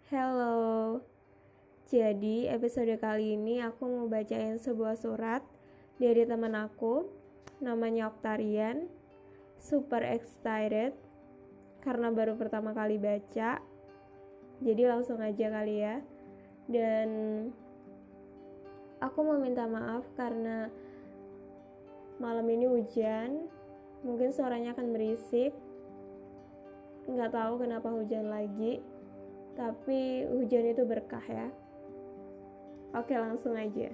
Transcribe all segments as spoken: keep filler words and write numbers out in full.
Hello, jadi episode kali ini aku mau bacain sebuah surat dari teman aku, namanya Oktarian. Super excited karena baru pertama kali baca, jadi langsung aja kali ya. Dan aku mau minta maaf karena malam ini hujan, mungkin suaranya akan berisik. Nggak tahu kenapa hujan lagi, tapi hujan itu berkah ya. Oke, langsung aja.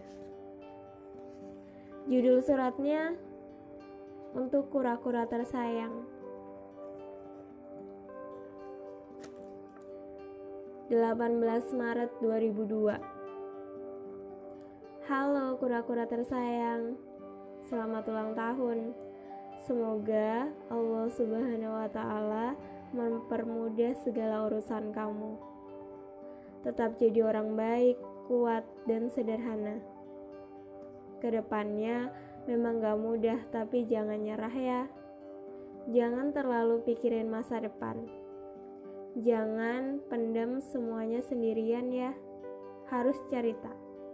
Judul suratnya, Untuk Kura-Kura Tersayang. delapan belas Maret dua ribu dua. Halo kura-kura tersayang, selamat ulang tahun. Semoga Allah Subhanahu wa Ta'ala mempermudah segala urusan kamu. Tetap jadi orang baik, kuat, dan sederhana. Kedepannya memang gak mudah, tapi jangan nyerah ya. Jangan terlalu pikirin masa depan. Jangan pendam semuanya sendirian ya. Harus cerita.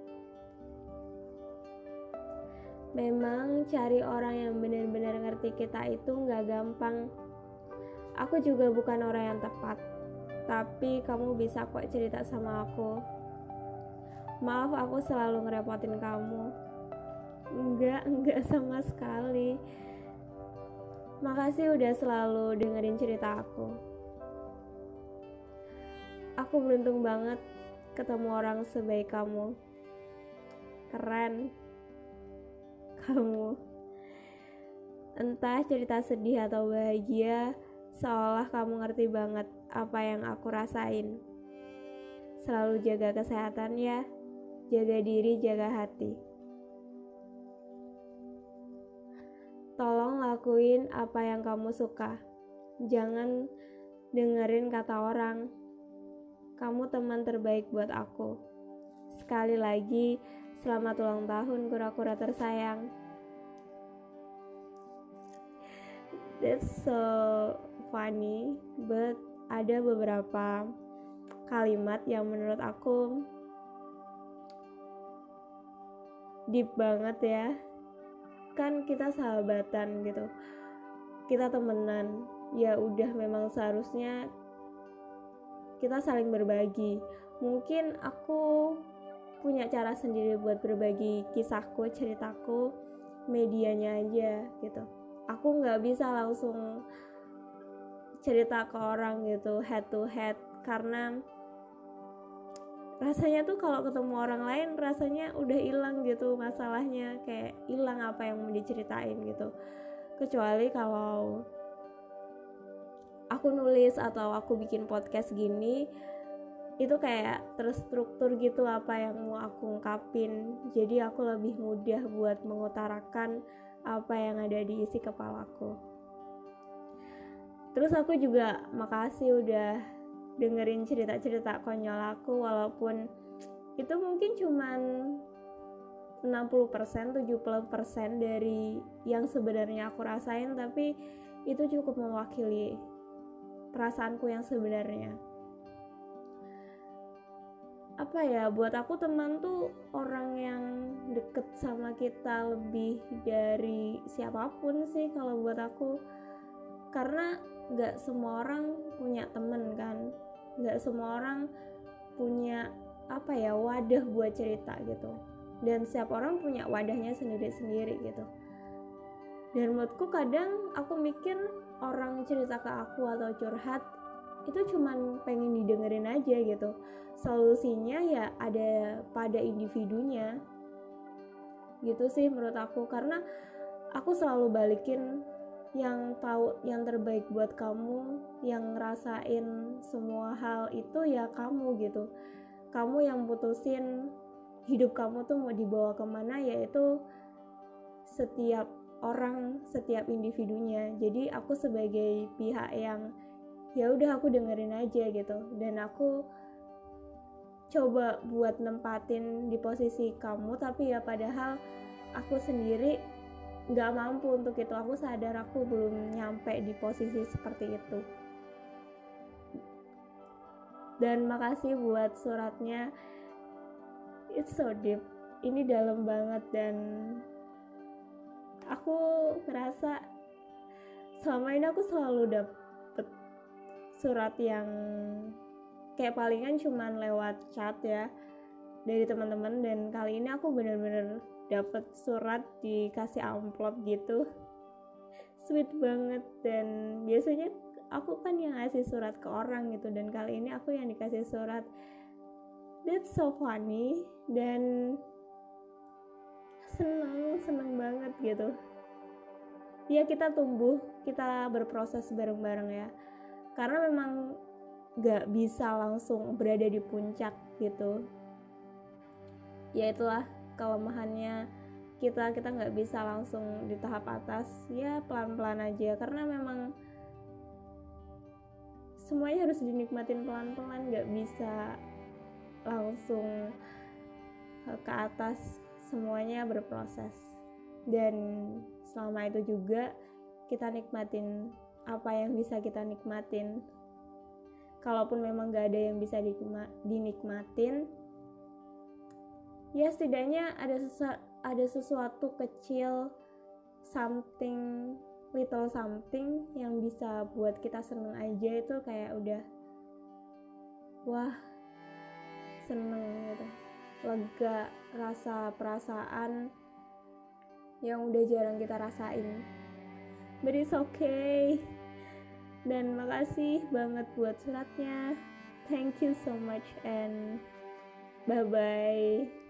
Memang cari orang yang benar-benar ngerti kita itu gak gampang. Aku juga bukan orang yang tepat, tapi kamu bisa kok cerita sama aku. Maaf aku selalu ngerepotin kamu. Enggak, enggak sama sekali. Makasih udah selalu dengerin cerita aku. Aku beruntung banget ketemu orang sebaik kamu. Keren kamu. Entah cerita sedih atau bahagia, seolah kamu ngerti banget apa yang aku rasain. Selalu jaga kesehatan ya. Jaga diri, jaga hati. Tolong lakuin apa yang kamu suka. Jangan dengerin kata orang. Kamu teman terbaik buat aku. Sekali lagi, selamat ulang tahun kura-kura tersayang. That's so funny, but ada beberapa kalimat yang menurut aku deep banget ya. Kan kita sahabatan gitu, kita temenan, ya udah memang seharusnya kita saling berbagi. Mungkin aku punya cara sendiri buat berbagi kisahku, ceritaku, medianya aja gitu. Aku nggak bisa langsung cerita ke orang gitu head to head, karena rasanya tuh kalau ketemu orang lain rasanya udah hilang gitu masalahnya, kayak hilang apa yang mau diceritain gitu. Kecuali kalau aku nulis atau aku bikin podcast gini, itu kayak terstruktur gitu apa yang mau aku ungkapin. Jadi aku lebih mudah buat mengutarakan apa yang ada di isi kepalaku. Terus aku juga makasih udah dengerin cerita-cerita konyol aku, walaupun itu mungkin cuman enam puluh persen, tujuh puluh persen dari yang sebenarnya aku rasain, tapi itu cukup mewakili perasaanku yang sebenarnya. Apa ya, buat aku teman tuh orang yang deket sama kita lebih dari siapapun sih kalau buat aku. Karena gak semua orang punya temen kan, gak semua orang punya apa ya wadah buat cerita gitu, dan setiap orang punya wadahnya sendiri-sendiri gitu. Dan menurutku kadang aku mikir orang cerita ke aku atau curhat itu cuman pengen didengerin aja gitu. Solusinya ya ada pada individunya gitu sih menurut aku. Karena aku selalu balikin yang tahu yang terbaik buat kamu, yang ngerasain semua hal itu ya kamu gitu. Kamu yang putusin hidup kamu tuh mau dibawa kemana, yaitu setiap orang, setiap individunya. Jadi aku sebagai pihak yang ya udah aku dengerin aja gitu, dan aku coba buat nempatin di posisi kamu, tapi ya padahal aku sendiri gak mampu untuk itu. Aku sadar aku belum nyampe di posisi seperti itu. Dan makasih buat suratnya, it's so deep, ini dalam banget. Dan aku ngerasa selama ini aku selalu dapet surat yang kayak palingan cuman lewat chat ya dari teman-teman, dan kali ini aku bener-bener dapet surat dikasih amplop gitu, sweet banget. Dan biasanya aku kan yang ngasih surat ke orang gitu, dan kali ini aku yang dikasih surat. That's so funny, dan seneng seneng banget gitu. Ya kita tumbuh, kita berproses bareng-bareng ya, karena memang gak bisa langsung berada di puncak gitu. Ya itulah kelemahannya kita, kita gak bisa langsung di tahap atas, ya pelan-pelan aja, karena memang semuanya harus dinikmatin pelan-pelan, gak bisa langsung ke atas, semuanya berproses. Dan selama itu juga kita nikmatin apa yang bisa kita nikmatin. Kalaupun memang gak ada yang bisa dinikmatin, ya setidaknya ada sesu- ada sesuatu kecil, something, little something yang bisa buat kita seneng aja, itu kayak udah wah seneng gitu, lega, rasa perasaan yang udah jarang kita rasain. But it's okay. Dan makasih banget buat suratnya, thank you so much and bye bye.